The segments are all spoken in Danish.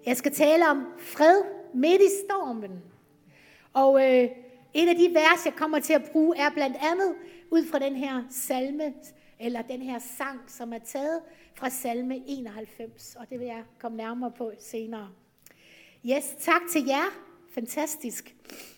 Jeg skal tale om fred midt i stormen. Og en af de vers, jeg kommer til at bruge, er blandt andet ud fra den her salme, eller den her sang, som er taget fra salme 91. Og det vil jeg komme nærmere på senere. Yes, tak til jer. Fantastisk.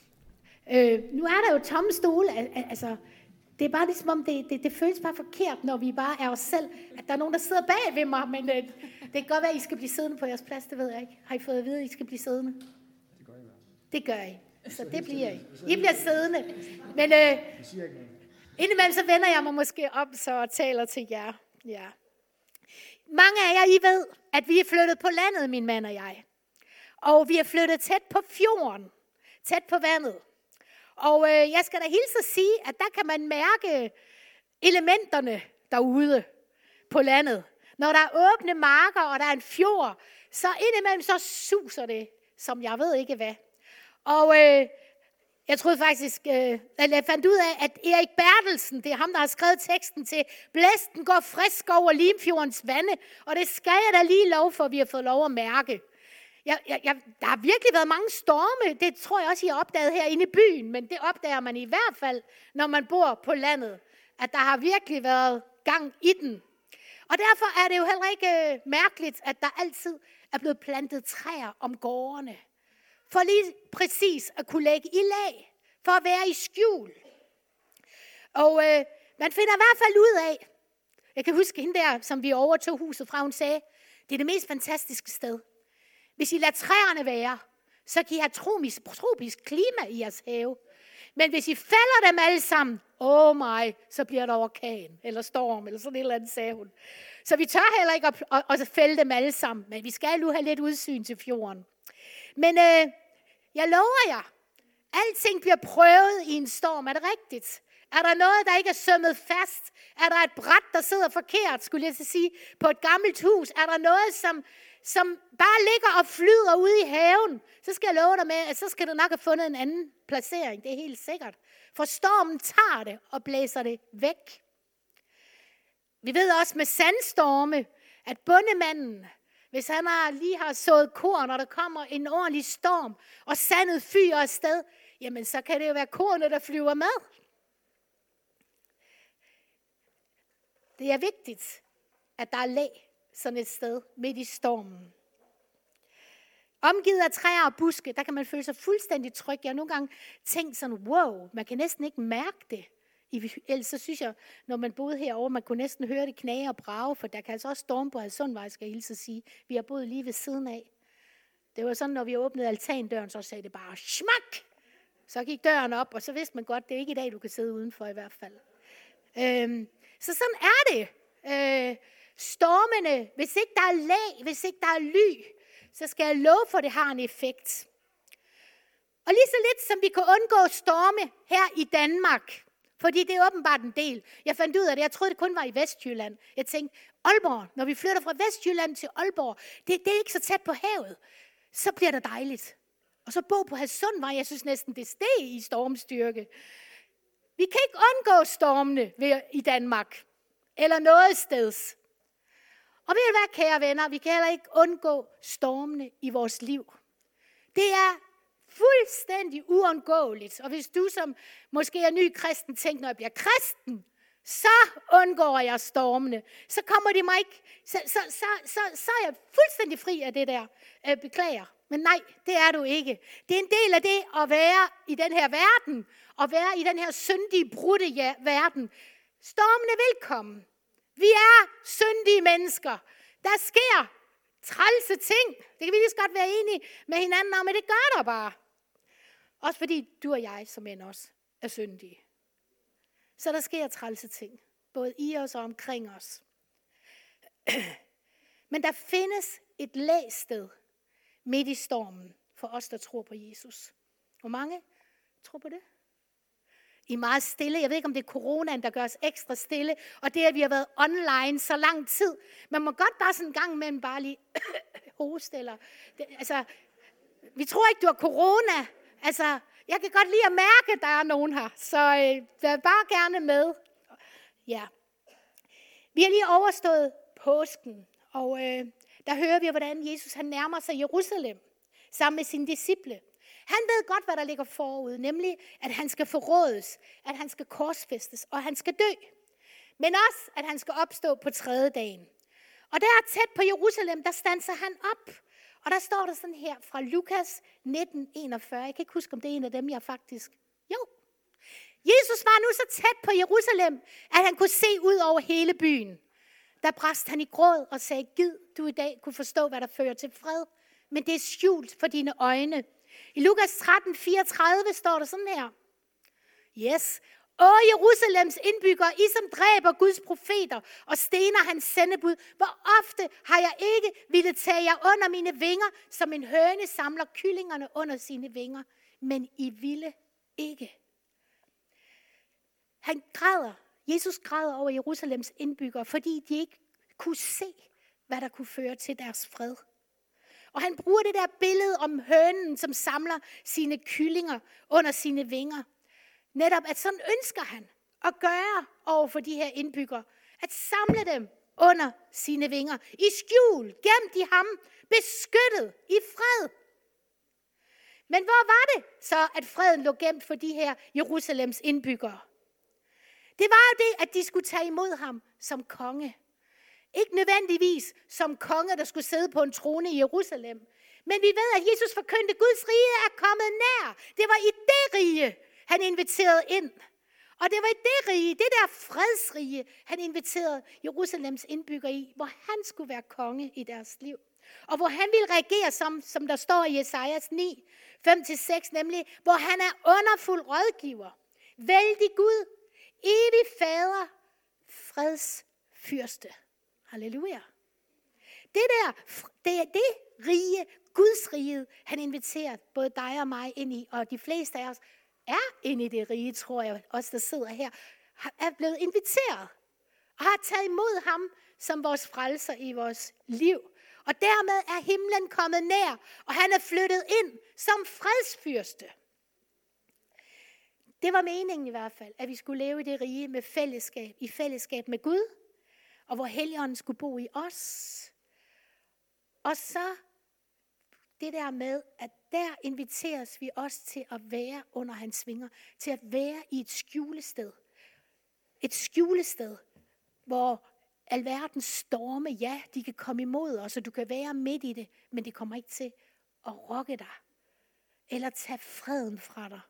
Nu er der jo tomme stole. Altså, det er bare ligesom om, det føles bare forkert, når vi bare er os selv. At der er nogen, der sidder bag ved mig, men det kan godt være, at I skal blive siddende på jeres plads, det ved jeg ikke. Har I fået at vide, at I skal blive siddende? Det gør I. Det gør I. Så det bliver I. I bliver siddende. Men indimellem så vender jeg mig måske op så og taler til jer. Ja. Mange af jer, I ved, at vi er flyttet på landet, min mand og jeg. Og vi er flyttet tæt på fjorden. Tæt på vandet. Og jeg skal da hilse at sige, at der kan man mærke elementerne derude på landet. Når der er åbne marker, og der er en fjord, så indimellem så suser det, som jeg ved ikke hvad. Og jeg troede faktisk, eller jeg fandt ud af, at Erik Bertelsen, det er ham, der har skrevet teksten til, blæsten går frisk over Limfjordens vande, og det skal jeg da lige lov for, at vi har fået lov at mærke. Der har virkelig været mange storme, det tror jeg også, I har opdaget herinde i byen, men det opdager man i hvert fald, når man bor på landet, at der har virkelig været gang i den. Og derfor er det jo heller ikke mærkeligt, at der altid er blevet plantet træer om gårdene, for lige præcis at kunne lægge i lag, for at være i skjul. Og man finder i hvert fald ud af, jeg kan huske hende der, som vi overtog huset fra, hun sagde, det er det mest fantastiske sted. Hvis I lader træerne være, så kan I have tropisk klima i jeres have. Men hvis I fælder dem alle sammen, så bliver der orkan, eller storm, eller sådan et eller andet, sagde hun. Så vi tør heller ikke at fælde dem alle sammen, men vi skal nu have lidt udsyn til fjorden. Men jeg lover jer, alting bliver prøvet i en storm, er det rigtigt? Er der noget, der ikke er sømmet fast? Er der et bræt, der sidder forkert, skulle jeg sige, på et gammelt hus? Er der noget, som bare ligger og flyder ude i haven? Så skal jeg love dig med, at så skal du nok have fundet en anden placering. Det er helt sikkert. For stormen tager det og blæser det væk. Vi ved også med sandstorme, at bondemanden, hvis han lige har sået korn, og der kommer en ordentlig storm, og sandet fyrer afsted, jamen så kan det jo være kornet, der flyver med. Det er vigtigt, at der er læ sådan et sted midt i stormen. Omgivet af træer og buske, der kan man føle sig fuldstændig tryg. Jeg har nogle gange tænkt sådan, wow, man kan næsten ikke mærke det. Ellers så synes jeg, når man boede herovre, man kunne næsten høre det knage og brage, for der kan altså også storme på Hadsundvej, skal jeg hilse at sige. Vi har boet lige ved siden af. Det var sådan, når vi åbnede altandøren, så sagde det bare, smak! Så gik døren op, og så vidste man godt, det er ikke i dag, du kan sidde udenfor i hvert fald. Så sådan er det. Stormene, hvis ikke der er læ, hvis ikke der er ly, så skal jeg love for, at det har en effekt. Og lige så lidt, som vi kan undgå storme her i Danmark, fordi det er åbenbart en del. Jeg fandt ud af det, jeg troede, det kun var i Vestjylland. Jeg tænkte, Aalborg, når vi flytter fra Vestjylland til Aalborg, det er ikke så tæt på havet, så bliver det dejligt. Og så bo på Hadsundvej, jeg synes næsten, det steg i stormstyrke. Vi kan ikke undgå stormene i Danmark, eller noget steds. Og ved I hvad, kære venner, vi kan heller ikke undgå stormene i vores liv. Det er fuldstændig uundgåeligt. Og hvis du som måske er ny kristen tænker, når jeg bliver kristen, så undgår jeg stormene. Så kommer de mig ikke, så er jeg fuldstændig fri af det der. Beklager. Men nej, det er du ikke. Det er en del af det at være i den her verden, og være i den her syndige, brudte verden. Stormene er velkommen. Vi er syndige mennesker. Der sker trælse ting. Det kan vi lige så godt være enige med hinanden om, men det gør der bare. Også fordi du og jeg som mænd også er syndige. Så der sker trælse ting. Både i os og omkring os. Men der findes et læsted midt i stormen for os, der tror på Jesus. Hvor mange tror på det? I er meget stille. Jeg ved ikke, om det er coronaen, der gør os ekstra stille. Og det, at vi har været online så lang tid. Man må godt bare sådan en gang imellem bare lige hoste. Vi tror ikke, du har corona. Altså, jeg kan godt lide at mærke, at der er nogen her. Så vær bare gerne med. Ja. Vi har lige overstået påsken. Og der hører vi, hvordan Jesus han nærmer sig Jerusalem sammen med sine disciple. Han ved godt, hvad der ligger forud, nemlig at han skal forrådes, at han skal korsfæstes, og han skal dø. Men også, at han skal opstå på 3. dagen. Og der tæt på Jerusalem, der standser han op. Og der står der sådan her fra Lukas 19:41. Jeg kan ikke huske, om det er en af dem, jeg faktisk... Jo. Jesus var nu så tæt på Jerusalem, at han kunne se ud over hele byen. Der brast han i gråd og sagde, Gid du i dag kunne forstå, hvad der fører til fred. Men det er skjult for dine øjne. I Lukas 13:34 står der sådan her. Yes. Åh, Jerusalems indbyggere, I som dræber Guds profeter og stener hans sendebud. Hvor ofte har jeg ikke ville tage jer under mine vinger, som en høne samler kyllingerne under sine vinger. Men I ville ikke. Han græder. Jesus græder over Jerusalems indbyggere, fordi de ikke kunne se, hvad der kunne føre til deres fred. Og han bruger det der billede om hønen, som samler sine kyllinger under sine vinger. Netop, at sådan ønsker han at gøre over for de her indbyggere. At samle dem under sine vinger. I skjul, gemt i ham, beskyttet i fred. Men hvor var det så, at freden lå gemt for de her Jerusalems indbyggere? Det var jo det, at de skulle tage imod ham som konge. Ikke nødvendigvis som konge, der skulle sidde på en trone i Jerusalem. Men vi ved, at Jesus forkyndte, Guds rige er kommet nær. Det var i det rige, han inviterede ind. Og det var i det rige, det der fredsrige, han inviterede Jerusalems indbyggere i, hvor han skulle være konge i deres liv. Og hvor han ville reagere, som der står i Jesajas 9, 5-6, nemlig, hvor han er underfuld rådgiver, vældig Gud, evig fader, fredsfyrste. Halleluja. Det er det rige, Guds rige, han inviterer både dig og mig ind i, og de fleste af os er inde i det rige, tror jeg, os der sidder her, er blevet inviteret og har taget imod ham som vores frelser i vores liv. Og dermed er himlen kommet nær, og han er flyttet ind som fredsfyrste. Det var meningen i hvert fald, at vi skulle leve i det rige med fællesskab, i fællesskab med Gud, og hvor Helligånden skulle bo i os. Og så det der med, at der inviteres vi også til at være under hans vinger, til at være i et skjulested. Et skjulested, hvor alverdens storme, ja, de kan komme imod os, og du kan være midt i det, men det kommer ikke til at rokke dig, eller tage freden fra dig.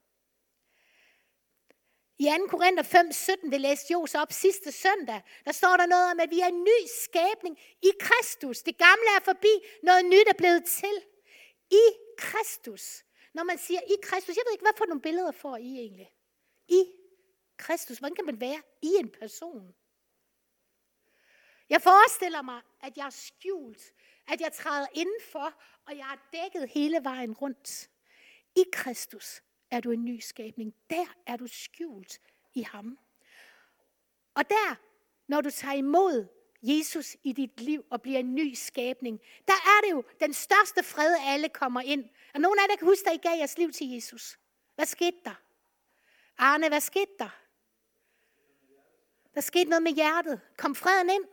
I 2. Korinther 5:17, det læste Jos op sidste søndag, der står der noget om, at vi er en ny skabning i Kristus. Det gamle er forbi, noget nyt er blevet til. I Kristus. Når man siger i Kristus, jeg ved ikke, hvad for nogle billeder får I egentlig? I Kristus. Hvordan kan man være i en person? Jeg forestiller mig, at jeg er skjult, at jeg træder indenfor, og jeg er dækket hele vejen rundt. I Kristus er du en ny skabning. Der er du skjult i ham. Og der, når du tager imod Jesus i dit liv og bliver en ny skabning, der er det jo den største fred, alle kommer ind. Og nogen af jer kan huske, at I gav jeres liv til Jesus. Hvad skete der? Arne, hvad skete der? Der skete noget med hjertet. Kom freden ind?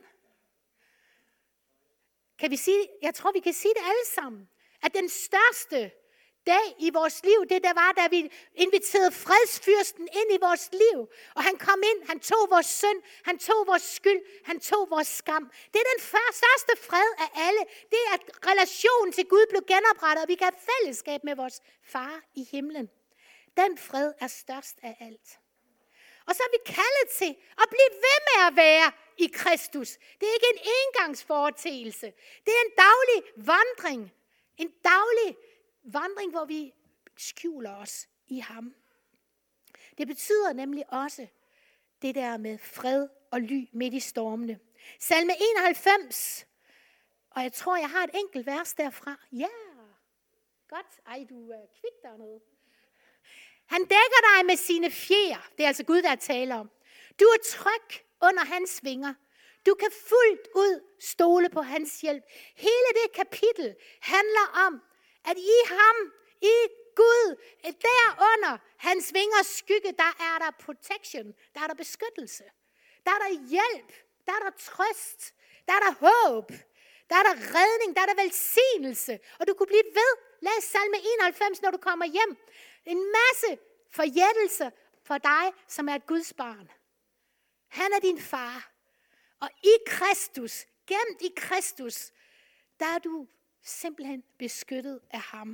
Kan vi sige, jeg tror, vi kan sige det alle sammen, at den største dag i vores liv, det der var, da vi inviterede fredsfyrsten ind i vores liv. Og han kom ind, han tog vores synd, han tog vores skyld, han tog vores skam. Det er den største fred af alle. Det er, at relationen til Gud blev genoprettet, og vi kan have fællesskab med vores far i himlen. Den fred er størst af alt. Og så er vi kaldet til at blive ved med at være i Kristus. Det er ikke en engangsforeteelse. Det er en daglig vandring. En daglig vandring, hvor vi skjuler os i ham. Det betyder nemlig også det der med fred og ly midt i stormene. Salme 91, og jeg tror, jeg har et enkelt vers derfra. Ja, godt. Ej, du er kvik dernede. Han dækker dig med sine fjer. Det er altså Gud, der taler om. Du er tryg under hans vinger. Du kan fuldt ud stole på hans hjælp. Hele det kapitel handler om, at i ham, i Gud, derunder hans vingers skygge, der er der protection, der er der beskyttelse. Der er der hjælp, der er der trøst, der er der håb, Der er der redning, der er der velsignelse. Og du kunne blive ved. Læs salme 91, når du kommer hjem. En masse forjættelse for dig, som er et Guds barn. Han er din far. Og i Kristus, gemt i Kristus, der er du simpelthen beskyttet af ham.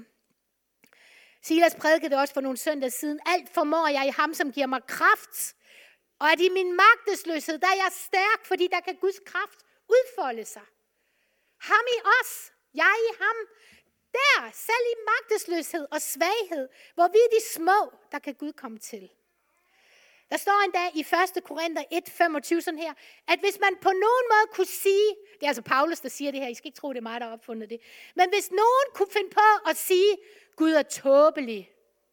Silas prædikede det også for nogle søndage siden. Alt formår jeg i ham, som giver mig kraft. Og at i min magtesløshed, der er jeg stærk, fordi der kan Guds kraft udfolde sig. Ham i os, jeg i ham. Der, selv i magtesløshed og svaghed, hvor vi er de små, der kan Gud komme til. Der står endda i 1. Korinther 1:25 sådan her, at hvis man på nogen måde kunne sige, det er altså Paulus, der siger det her, I skal ikke tro, det er mig, der har opfundet det, men hvis nogen kunne finde på at sige, Gud er tåbelig,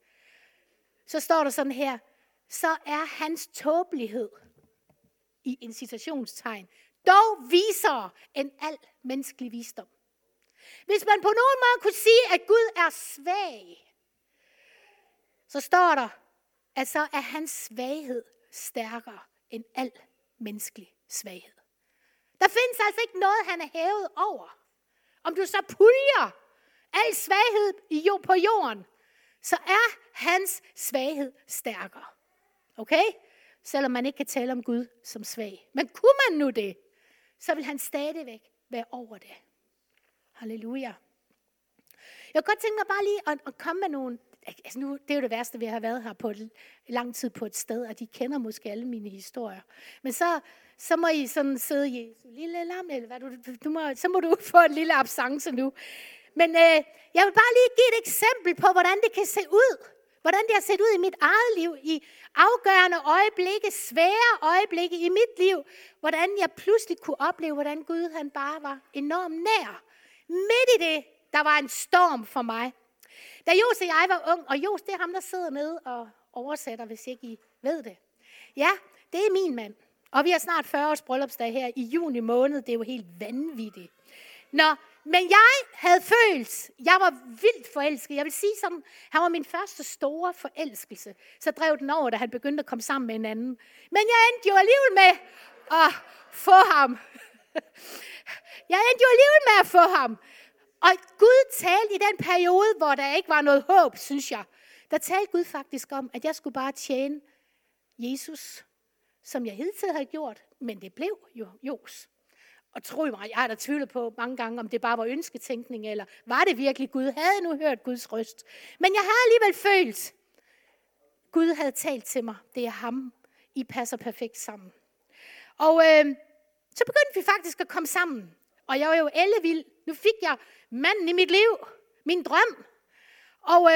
så står der sådan her, så er hans tåbelighed i en citationstegn dog visere end al menneskelig visdom. Hvis man på nogen måde kunne sige, at Gud er svag, så står der, at så er hans svaghed stærkere end al menneskelig svaghed. Der findes altså ikke noget, han er hævet over. Om du så puljer al svaghed på jorden, så er hans svaghed stærkere. Okay? Selvom man ikke kan tale om Gud som svag. Men kunne man nu det, så vil han stadigvæk være over det. Halleluja. Jeg kunne godt tænke mig bare lige at komme med nogle. Altså nu, det er jo det værste, vi har været her på lang tid på et sted, og de kender måske alle mine historier. Men så må I sådan sidde i Jesu lille lam, eller hvad så må du få en lille absence nu. Men jeg vil bare lige give et eksempel på, hvordan det kan se ud. Hvordan det har set ud i mit eget liv, i afgørende øjeblikke, svære øjeblikke i mit liv. Hvordan jeg pludselig kunne opleve, hvordan Gud han bare var enormt nær. Midt i det, der var en storm for mig. Da Jos og jeg var ung, og Jos, det er ham, der sidder nede og oversætter, hvis ikke I ved det. Ja, det er min mand. Og vi har snart 40 års bryllupsdag her i juni måned. Det er jo helt vanvittigt. Men jeg havde følt, jeg var vildt forelsket. Jeg vil sige sådan, han var min første store forelskelse. Så drev den over, da han begyndte at komme sammen med en anden. Men jeg endte jo alligevel med at få ham. Og Gud talte i den periode, hvor der ikke var noget håb, synes jeg. Der talte Gud faktisk om, at jeg skulle bare tjene Jesus, som jeg hidtil havde gjort. Men det blev jo Jos. Og tro mig, jeg har da tvivlet på mange gange, om det bare var ønsketænkning, eller var det virkelig Gud? Havde jeg nu hørt Guds røst? Men jeg havde alligevel følt, Gud havde talt til mig. Det er ham. I passer perfekt sammen. Og så begyndte vi faktisk at komme sammen. Og jeg var jo ellevild. Nu fik jeg manden i mit liv. Min drøm. Og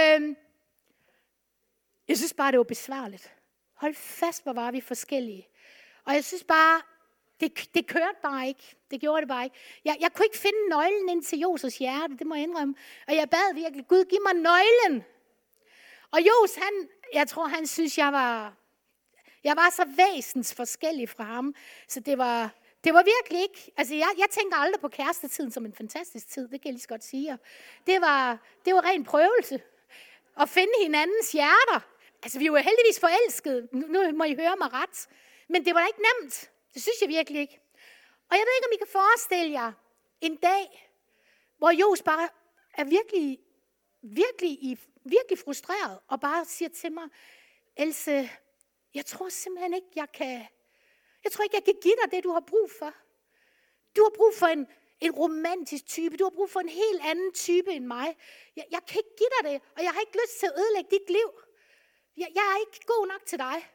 jeg synes bare, det var besværligt. Hold fast, hvor var vi forskellige. Og jeg synes bare, det kørte bare ikke. Det gjorde det bare ikke. Jeg kunne ikke finde nøglen ind til Jos' hjerte, det må jeg indrømme. Og jeg bad virkelig, Gud, giv mig nøglen. Og Jos, jeg tror, han synes, jeg var så væsens forskellig fra ham. Så det var virkelig ikke. Altså, jeg tænker aldrig på kærestetiden som en fantastisk tid, det kan jeg lige så godt sige. Det var ren prøvelse. At finde hinandens hjerter. Altså, vi var heldigvis forelskede. Nu må I høre mig ret. Men det var da ikke nemt. Det synes jeg virkelig ikke. Og jeg ved ikke, om I kan forestille jer en dag, hvor Jos bare er virkelig frustreret, og bare siger til mig, Else, jeg tror simpelthen ikke, jeg kan give dig det, du har brug for. Du har brug for en romantisk type. Du har brug for en helt anden type end mig. Jeg kan ikke give dig det, og jeg har ikke lyst til at ødelægge dit liv. Jeg er ikke god nok til dig.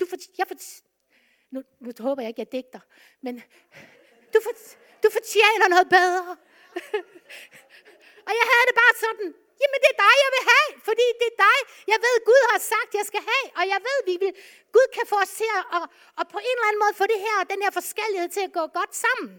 Nu håber jeg ikke, jeg digter, men du fortjener noget bedre. Og jeg havde det bare sådan, jamen det er dig, jeg vil have, fordi det er dig, jeg ved, Gud har sagt, jeg skal have, og jeg ved, Gud kan få os til at på en eller anden måde få den her forskellighed til at gå godt sammen.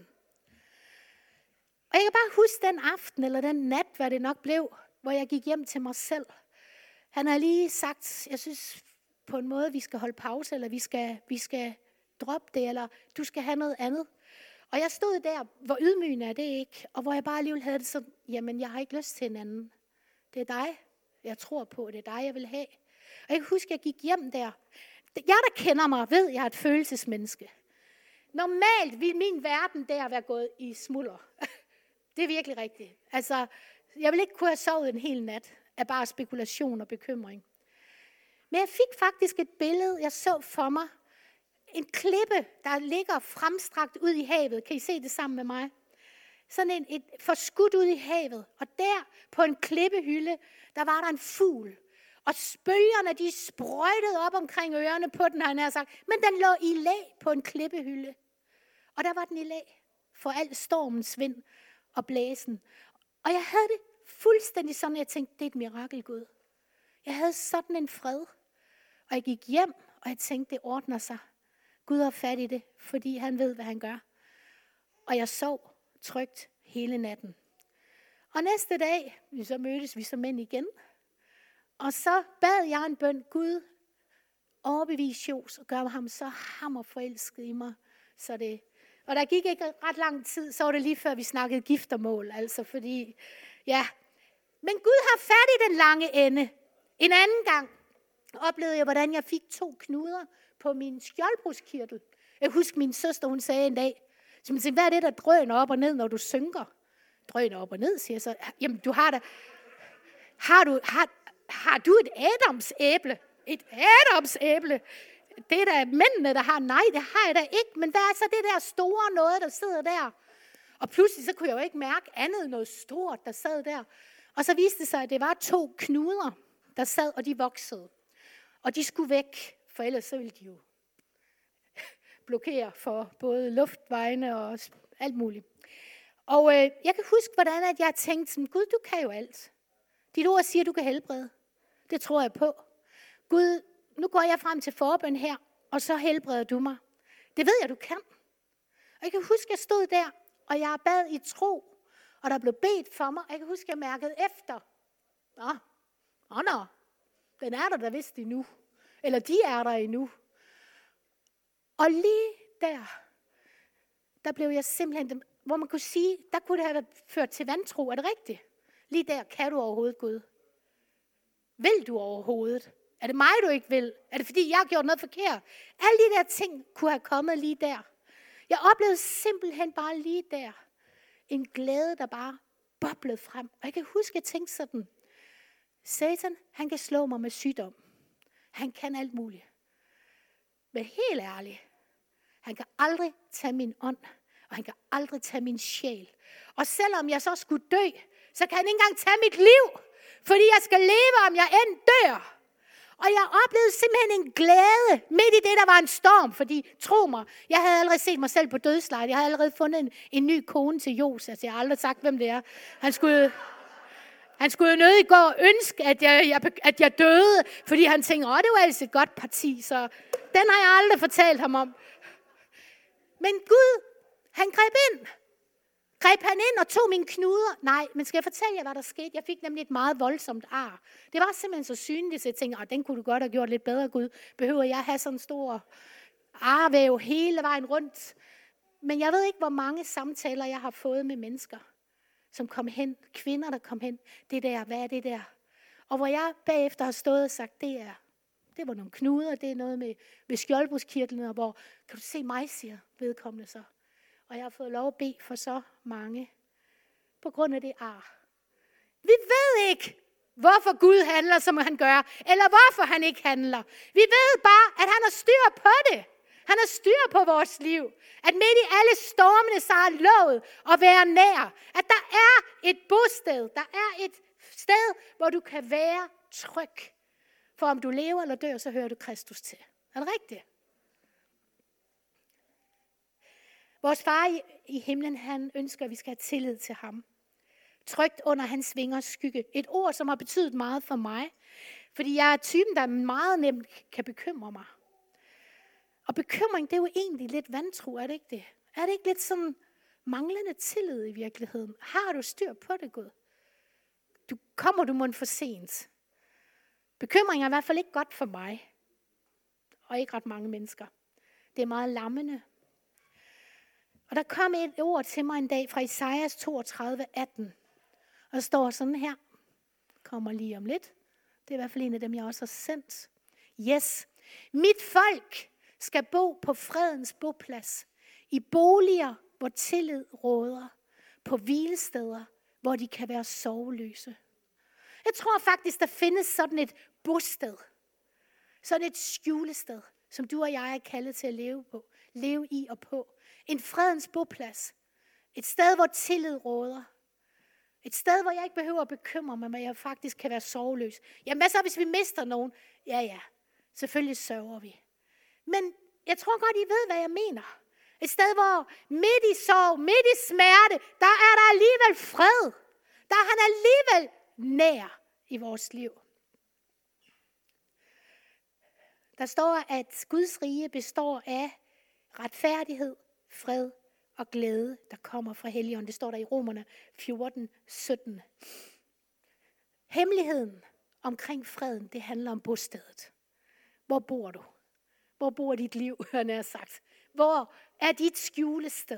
Og jeg kan bare huske den aften, eller den nat, hvad det nok blev, hvor jeg gik hjem til mig selv. Han har lige sagt, jeg synes på en måde, vi skal holde pause, eller vi skal droppe det, eller du skal have noget andet. Og jeg stod der, hvor ydmygende er det ikke, og hvor jeg bare alligevel havde det sådan, jamen jeg har ikke lyst til en anden. Det er dig, jeg tror på, det er dig, jeg vil have. Og jeg kan huske, jeg gik hjem der. Jeg, der kender mig, ved, jeg er et følelsesmenneske. Normalt ville min verden der være gået i smulder. Det er virkelig rigtigt. Altså, jeg ville ikke kunne have sovet en hel nat af bare spekulation og bekymring. Men jeg fik faktisk et billede, jeg så for mig. En klippe, der ligger fremstrakt ud i havet. Kan I se det sammen med mig? Sådan et forskudt ud i havet. Og der på en klippehylde, der var der en fugl. Og bølgerne, de sprøjtede op omkring ørerne på den, har jeg sagt. Men den lå i læ på en klippehylde. Og der var den i læ for al stormens vind og blæsen. Og jeg havde det fuldstændig sådan, at jeg tænkte, det er et mirakel, Gud. Jeg havde sådan en fred. Og jeg gik hjem, og jeg tænkte, det ordner sig. Gud har fat i det, fordi han ved, hvad han gør. Og jeg sov trygt hele natten. Og næste dag, så mødtes vi som mænd igen. Og så bad jeg en bøn, Gud, overbevis Jos og gør ham så hammerforelsket i mig. Så det. Og der gik ikke ret lang tid, så var det lige før vi snakkede giftermål. Altså fordi, ja. Men Gud har fat i den lange ende. En anden gang oplevede jeg, hvordan jeg fik 2 knuder på min skjoldbruskkirtel. Jeg husker min søster, hun sagde en dag, så man tænkte, hvad er det, der drøner op og ned, når du synker? Drøner op og ned, siger jeg så. Jamen, du har da... Har du et adamsæble? Et adamsæble? Det er da mændene, der har. Nej, det har jeg da ikke. Men hvad er så det der store noget, der sidder der? Og pludselig så kunne jeg jo ikke mærke andet noget stort, der sad der. Og så viste det sig, at det var 2 knuder, der sad, og de voksede. Og de skulle væk, for ellers så ville de jo blokere for både luftvejene og alt muligt. Og jeg kan huske, hvordan at jeg tænkte sådan, Gud, du kan jo alt. Dit ord siger, du kan helbrede. Det tror jeg på. Gud, nu går jeg frem til forbøn her, og så helbreder du mig. Det ved jeg, du kan. Og jeg kan huske, jeg stod der, og jeg bad i tro, og der blev bedt for mig, og jeg kan huske, jeg mærkede efter. Nå, den er der vist endnu. Eller de er der endnu. Og lige der blev jeg simpelthen, hvor man kunne sige, der kunne det have ført til vantro. Er det rigtigt? Lige der, kan du overhovedet, Gud? Vil du overhovedet? Er det mig, du ikke vil? Er det fordi, jeg har gjort noget forkert? Alle de der ting kunne have kommet lige der. Jeg oplevede simpelthen bare lige der en glæde, der bare boblede frem. Og jeg kan huske, at jeg tænkte sådan, Satan, han kan slå mig med sygdom. Han kan alt muligt. Men helt ærligt, han kan aldrig tage min ånd, og han kan aldrig tage min sjæl. Og selvom jeg så skulle dø, så kan han ikke engang tage mit liv, fordi jeg skal leve, om jeg end dør. Og jeg oplevede simpelthen en glæde midt i det, der var en storm, fordi tro mig, jeg havde allerede set mig selv på dødslejet. Jeg havde allerede fundet en ny kone til Jos, altså jeg har aldrig sagt, hvem det er. Han skulle jo nødig gå og ønske, at jeg døde, fordi han tænkte, det var ellers et godt parti, så den har jeg aldrig fortalt ham om. Men Gud, han greb ind. Greb han ind og tog mine knuder? Nej, men skal jeg fortælle jer, hvad der skete? Jeg fik nemlig et meget voldsomt ar. Det var simpelthen så synligt, så jeg tænkte, den kunne du godt have gjort lidt bedre, Gud. Behøver jeg have sådan en stor arvæv hele vejen rundt? Men jeg ved ikke, hvor mange samtaler jeg har fået med mennesker, som kom hen, kvinder, der kom hen. Det der, hvad er det der? Og hvor jeg bagefter har stået og sagt, det var nogle knuder, det er noget med skjoldbruskkirtlen, og hvor, kan du se mig, siger vedkommende så. Og jeg har fået lov at bede for så mange, på grund af det ar. Vi ved ikke, hvorfor Gud handler, som han gør, eller hvorfor han ikke handler. Vi ved bare, at han har styr på det. Han har styr på vores liv. At midt i alle stormene, så har lovet at være nær. At der er et bosted, der er et sted, hvor du kan være tryg. For om du lever eller dør, så hører du Kristus til. Er det rigtigt? Vores far i himlen, han ønsker, at vi skal have tillid til ham. Trygt under hans vingers skygge. Et ord, som har betydet meget for mig. Fordi jeg er typen, der meget nemt kan bekymre mig. Og bekymring, det er jo egentlig lidt vantro, er det ikke det? Er det ikke lidt sådan manglende tillid i virkeligheden? Har du styr på det, Gud? Kommer du mon for sent? Bekymring er i hvert fald ikke godt for mig. Og ikke ret mange mennesker. Det er meget lammende. Og der kom et ord til mig en dag fra Esajas 32:18. Og der står sådan her. Kommer lige om lidt. Det er i hvert fald en af dem, jeg også har sendt. Yes. Mit folk skal bo på fredens boplads. I boliger, hvor tillid råder. på hvilesteder, hvor de kan være sorgløse. Jeg tror faktisk, der findes sådan et bosted. Sådan et skjulested, som du og jeg er kaldet til at leve i og på. En fredens boplads. Et sted, hvor tillid råder. Et sted, hvor jeg ikke behøver at bekymre mig, men jeg faktisk kan være sorgløs. Jamen hvad så, hvis vi mister nogen? Ja, selvfølgelig sørger vi. Men jeg tror godt, I ved, hvad jeg mener. Et sted, hvor midt i sorg, midt i smerte, der er der alligevel fred. Der er han alligevel nær i vores liv. Der står, at Guds rige består af retfærdighed, fred og glæde, der kommer fra Helligånden. Det står der i Romerne 14:17. Hemmeligheden omkring freden, det handler om bostedet. Hvor bor du? Hvor bor dit liv, han har sagt? Hvor er dit skjulested?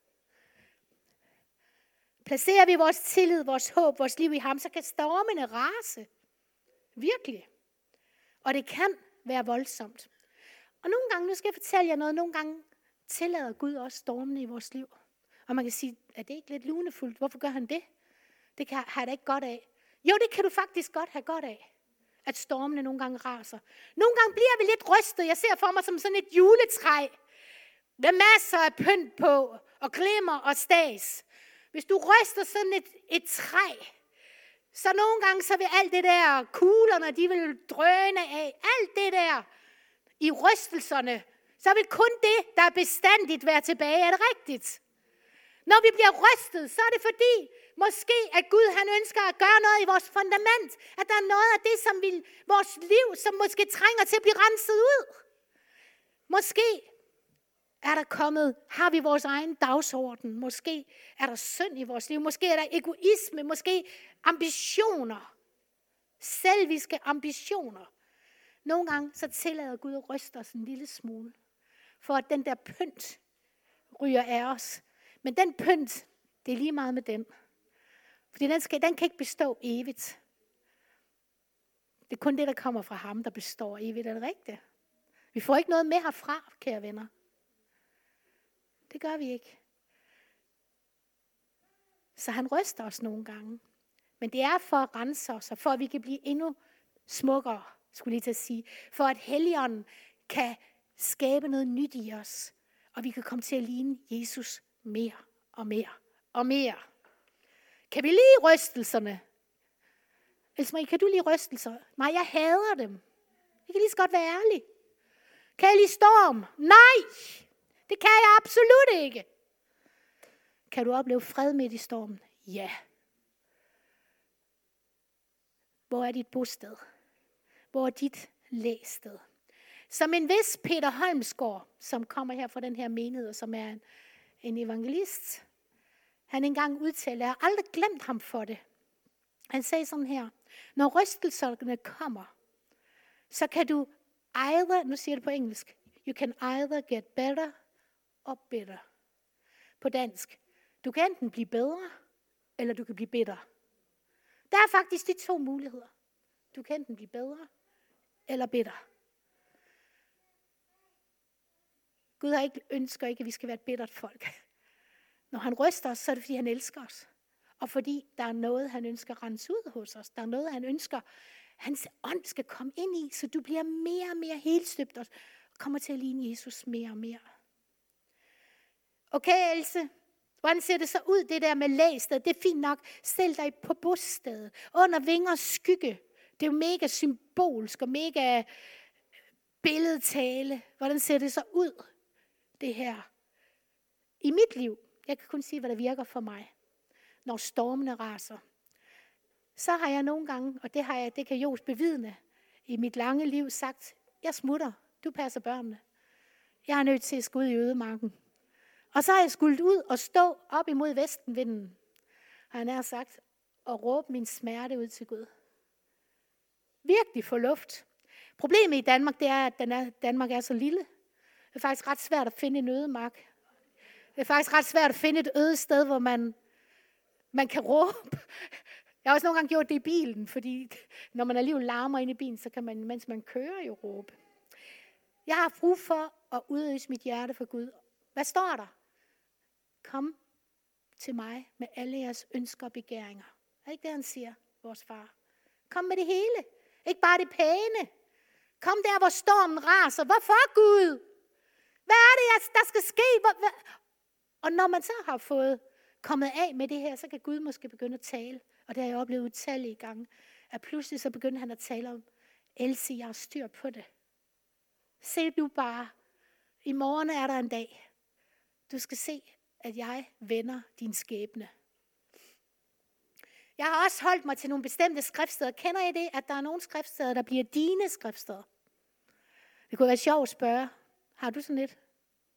Placerer vi vores tillid, vores håb, vores liv i ham, så kan stormene rase. Virkelig. Og det kan være voldsomt. Og nogle gange, nu skal jeg fortælle jer noget, nogle gange tillader Gud også stormene i vores liv. Og man kan sige, er det ikke lidt lunefuldt? Hvorfor gør han det? Det har jeg da ikke godt af. Jo, det kan du faktisk godt have godt af. At stormene nogle gange raser. Nogle gange bliver vi lidt rystet. Jeg ser for mig som sådan et juletræ. Med masser af pynt på, og glimmer og stas. Hvis du ryster sådan et træ, så nogle gange så vil alt det der, kuglerne, de vil drøne af. Alt det der i rystelserne, så vil kun det, der er bestandigt, være tilbage. Er det rigtigt? Når vi bliver rystet, så er det fordi, måske at Gud han ønsker at gøre noget i vores fundament. At der er noget af det, som vores liv, som måske trænger til at blive renset ud. Måske er der har vi vores egen dagsorden. Måske er der synd i vores liv. Måske er der egoisme. Måske ambitioner. Selviske ambitioner. Nogle gange så tillader Gud at ryste os en lille smule. For at den der pynt ryger af os. Men den pynt, det er lige meget med den. Fordi den kan ikke bestå evigt. Det er kun det, der kommer fra ham, der består evigt. Er det rigtigt? Vi får ikke noget med herfra, kære venner. Det gør vi ikke. Så han ryster os nogle gange. Men det er for at rense os, og for at vi kan blive endnu smukkere, skulle jeg lige til at sige. For at Helligånden kan skabe noget nyt i os, og vi kan komme til at ligne Jesus mere og mere og mere. Kan vi lide rystelserne? Else Marie, kan du lide rystelser? Nej, jeg hader dem. Jeg kan lige så godt være ærlig. Kan jeg lide storm? Nej, det kan jeg absolut ikke. Kan du opleve fred midt i stormen? Ja. Hvor er dit bosted? Hvor er dit læsted? Som en vis Peter Holmsgaard, som kommer her fra den her menighed, som er en evangelist, han engang udtalte, jeg har aldrig glemt ham for det. Han sagde sådan her, når rystelserne kommer, så kan du nu siger jeg det på engelsk, you can either get better or bitter. På dansk, du kan enten blive bedre, eller du kan blive bitter. Der er faktisk de to muligheder. Du kan enten blive bedre, eller bitter. Gud ønsker ikke, at vi skal være et bittert folk. Når han ryster os, så er det, fordi han elsker os. Og fordi der er noget, han ønsker at rense ud hos os. Der er noget, han ønsker, hans ånd skal komme ind i, så du bliver mere og mere helstøbt og kommer til at ligne Jesus mere og mere. Okay, Else? Hvordan ser det så ud, det der med læsted? Det er fint nok. Stil dig på bostedet. Under vingers skygge. Det er jo mega symbolsk og mega billedtale. Hvordan ser det så ud, det her? I mit liv, jeg kan kun sige, hvad der virker for mig, når stormene raser. Så har jeg nogle gange, og det kan Jos bevidne, i mit lange liv sagt, jeg smutter, du passer børnene. Jeg er nødt til at skulle ud i ødemarken. Og så har jeg skulle ud og stå op imod vestenvinden, har han sagt, og råbe min smerte ud til Gud. Virkelig få luft. Problemet i Danmark, det er, at Danmark er så lille. Det er faktisk ret svært at finde en ødemark. Det er faktisk ret svært at finde et øde sted, hvor man kan råbe. Jeg har også nogle gange gjort det i bilen, fordi når man alligevel larmer ind i bilen, så kan man, mens man kører, jo råbe. Jeg har brug for at udøse mit hjerte for Gud. Hvad står der? Kom til mig med alle jeres ønsker og begæringer. Er det ikke det, han siger, vores far? Kom med det hele. Ikke bare det pæne. Kom der, hvor stormen raser. Hvorfor, Gud? Hvad er det, der skal ske? Og når man så har fået kommet af med det her, så kan Gud måske begynde at tale. Og det har jeg oplevet utallige gange. At pludselig så begynder han at tale om, Elsie, jeg har styr på det. Se nu bare, i morgen er der en dag. Du skal se, at jeg vender din skæbne. Jeg har også holdt mig til nogle bestemte skriftsteder. Kender I det, at der er nogle skriftsteder, der bliver dine skriftsteder? Det kunne være sjovt at spørge. Har du sådan et?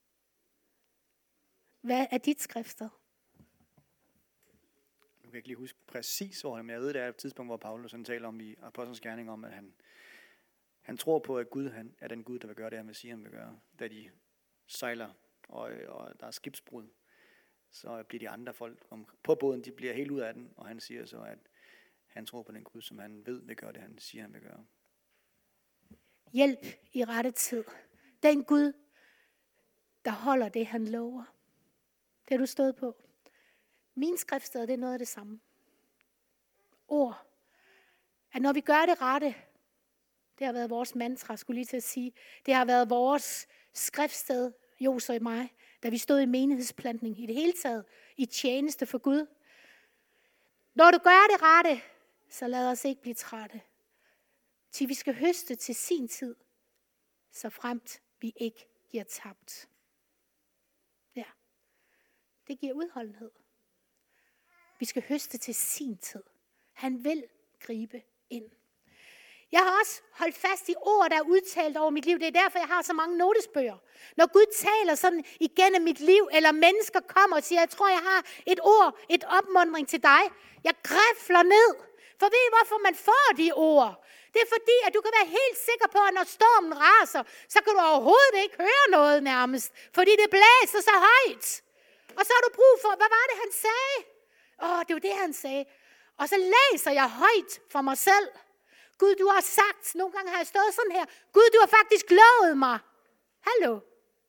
Hvad er dit skriftsted? Jeg kan ikke lige huske præcis, men jeg ved, det er et tidspunkt, hvor Paulus taler om i Apostlenes Gerninger, om at han tror på, at Gud han er den Gud, der vil gøre det, han vil sige, han vil gøre. Da de sejler, og der er skibsbrud, så bliver de andre folk på båden, de bliver helt ud af den, og han siger så, at han tror på den Gud, som han ved vil gøre det, han siger, han vil gøre. Hjælp i rette tid. Den Gud, der holder det, han lover. Det har du stået på. Min skriftsted, det er noget af det samme. Ord. At når vi gør det rette, det har været vores mantra, skulle lige til at sige. Det har været vores skriftsted, Jos og mig, da vi stod i menighedsplantning i det hele taget, i tjeneste for Gud. Når du gør det rette, så lad os ikke blive trætte. Til vi skal høste til sin tid, så fremt vi ikke giver tabt. Ja, det giver udholdenhed. Vi skal høste til sin tid. Han vil gribe ind. Jeg har også holdt fast i ord, der er udtalt over mit liv. Det er derfor, jeg har så mange notesbøger. Når Gud taler sådan igennem mit liv, eller mennesker kommer og siger, jeg tror, jeg har et ord, et opmuntring til dig. Jeg grifler ned. For ved I, hvorfor man får de ord? Det er fordi, at du kan være helt sikker på, at når stormen raser, så kan du overhovedet ikke høre noget nærmest. Fordi det blæser så højt. Og så har du brug for, hvad var det, han sagde? Det var det, han sagde. Og så læser jeg højt for mig selv. Gud, du har sagt, nogle gange har jeg stået sådan her. Gud, du har faktisk lovet mig. Hallo.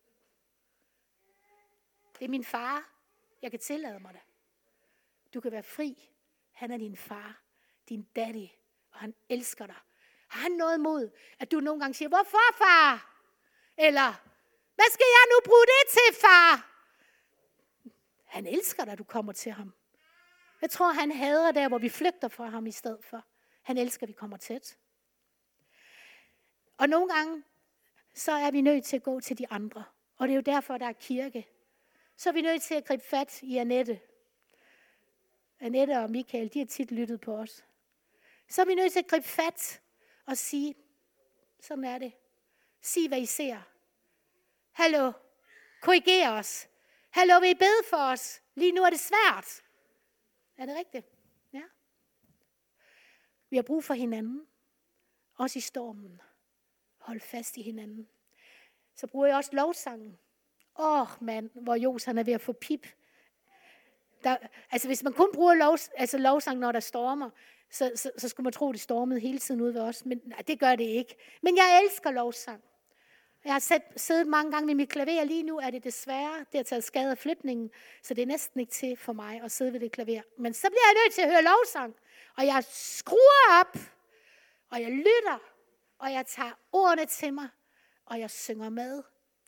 Det er min far. Jeg kan tillade mig det. Du kan være fri. Han er din far, din daddy, og han elsker dig. Har han noget imod, at du nogle gange siger, hvorfor, far? Eller, hvad skal jeg nu bruge det til, far? Han elsker dig, du kommer til ham. Jeg tror, han hader der, hvor vi flygter fra ham i stedet for. Han elsker, at vi kommer tæt. Og nogle gange, så er vi nødt til at gå til de andre. Og det er jo derfor, der er kirke. Så er vi nødt til at gribe fat i Annette. Annette og Michael, de har tit lyttet på os. Så er vi nødt til at gribe fat og sige, sådan er det. Sig, hvad I ser. Hallo, korriger os. Hallo, vil I bede for os? Lige nu er det svært. Er det rigtigt? Ja. Vi har brug for hinanden. Også i stormen. Hold fast i hinanden. Så bruger jeg også lovsangen. Mand, hvor Jos han er ved at få pip. Hvis man kun bruger lovsang, når der stormer, så skulle man tro, det stormede hele tiden ude ved os. Men nej, det gør det ikke. Men jeg elsker lovsang. Jeg har siddet mange gange ved mit klaver. Lige nu er det desværre, det har taget skade af flytningen, så det er næsten ikke til for mig at sidde ved det klaver. Men så bliver jeg nødt til at høre lovsang. Og jeg skruer op, og jeg lytter, og jeg tager ordene til mig, og jeg synger med.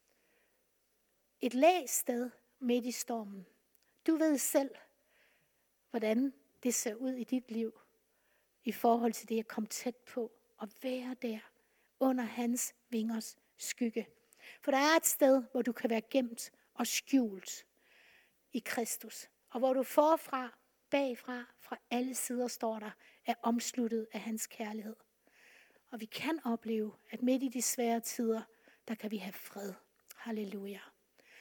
Et læsted midt i stormen. Du ved selv, hvordan det ser ud i dit liv, i forhold til det at komme tæt på, og være der, under hans vingers skygge. For der er et sted, hvor du kan være gemt og skjult i Kristus. Og hvor du forfra, bagfra, fra alle sider står der, er omsluttet af hans kærlighed. Og vi kan opleve, at midt i de svære tider, der kan vi have fred. Halleluja.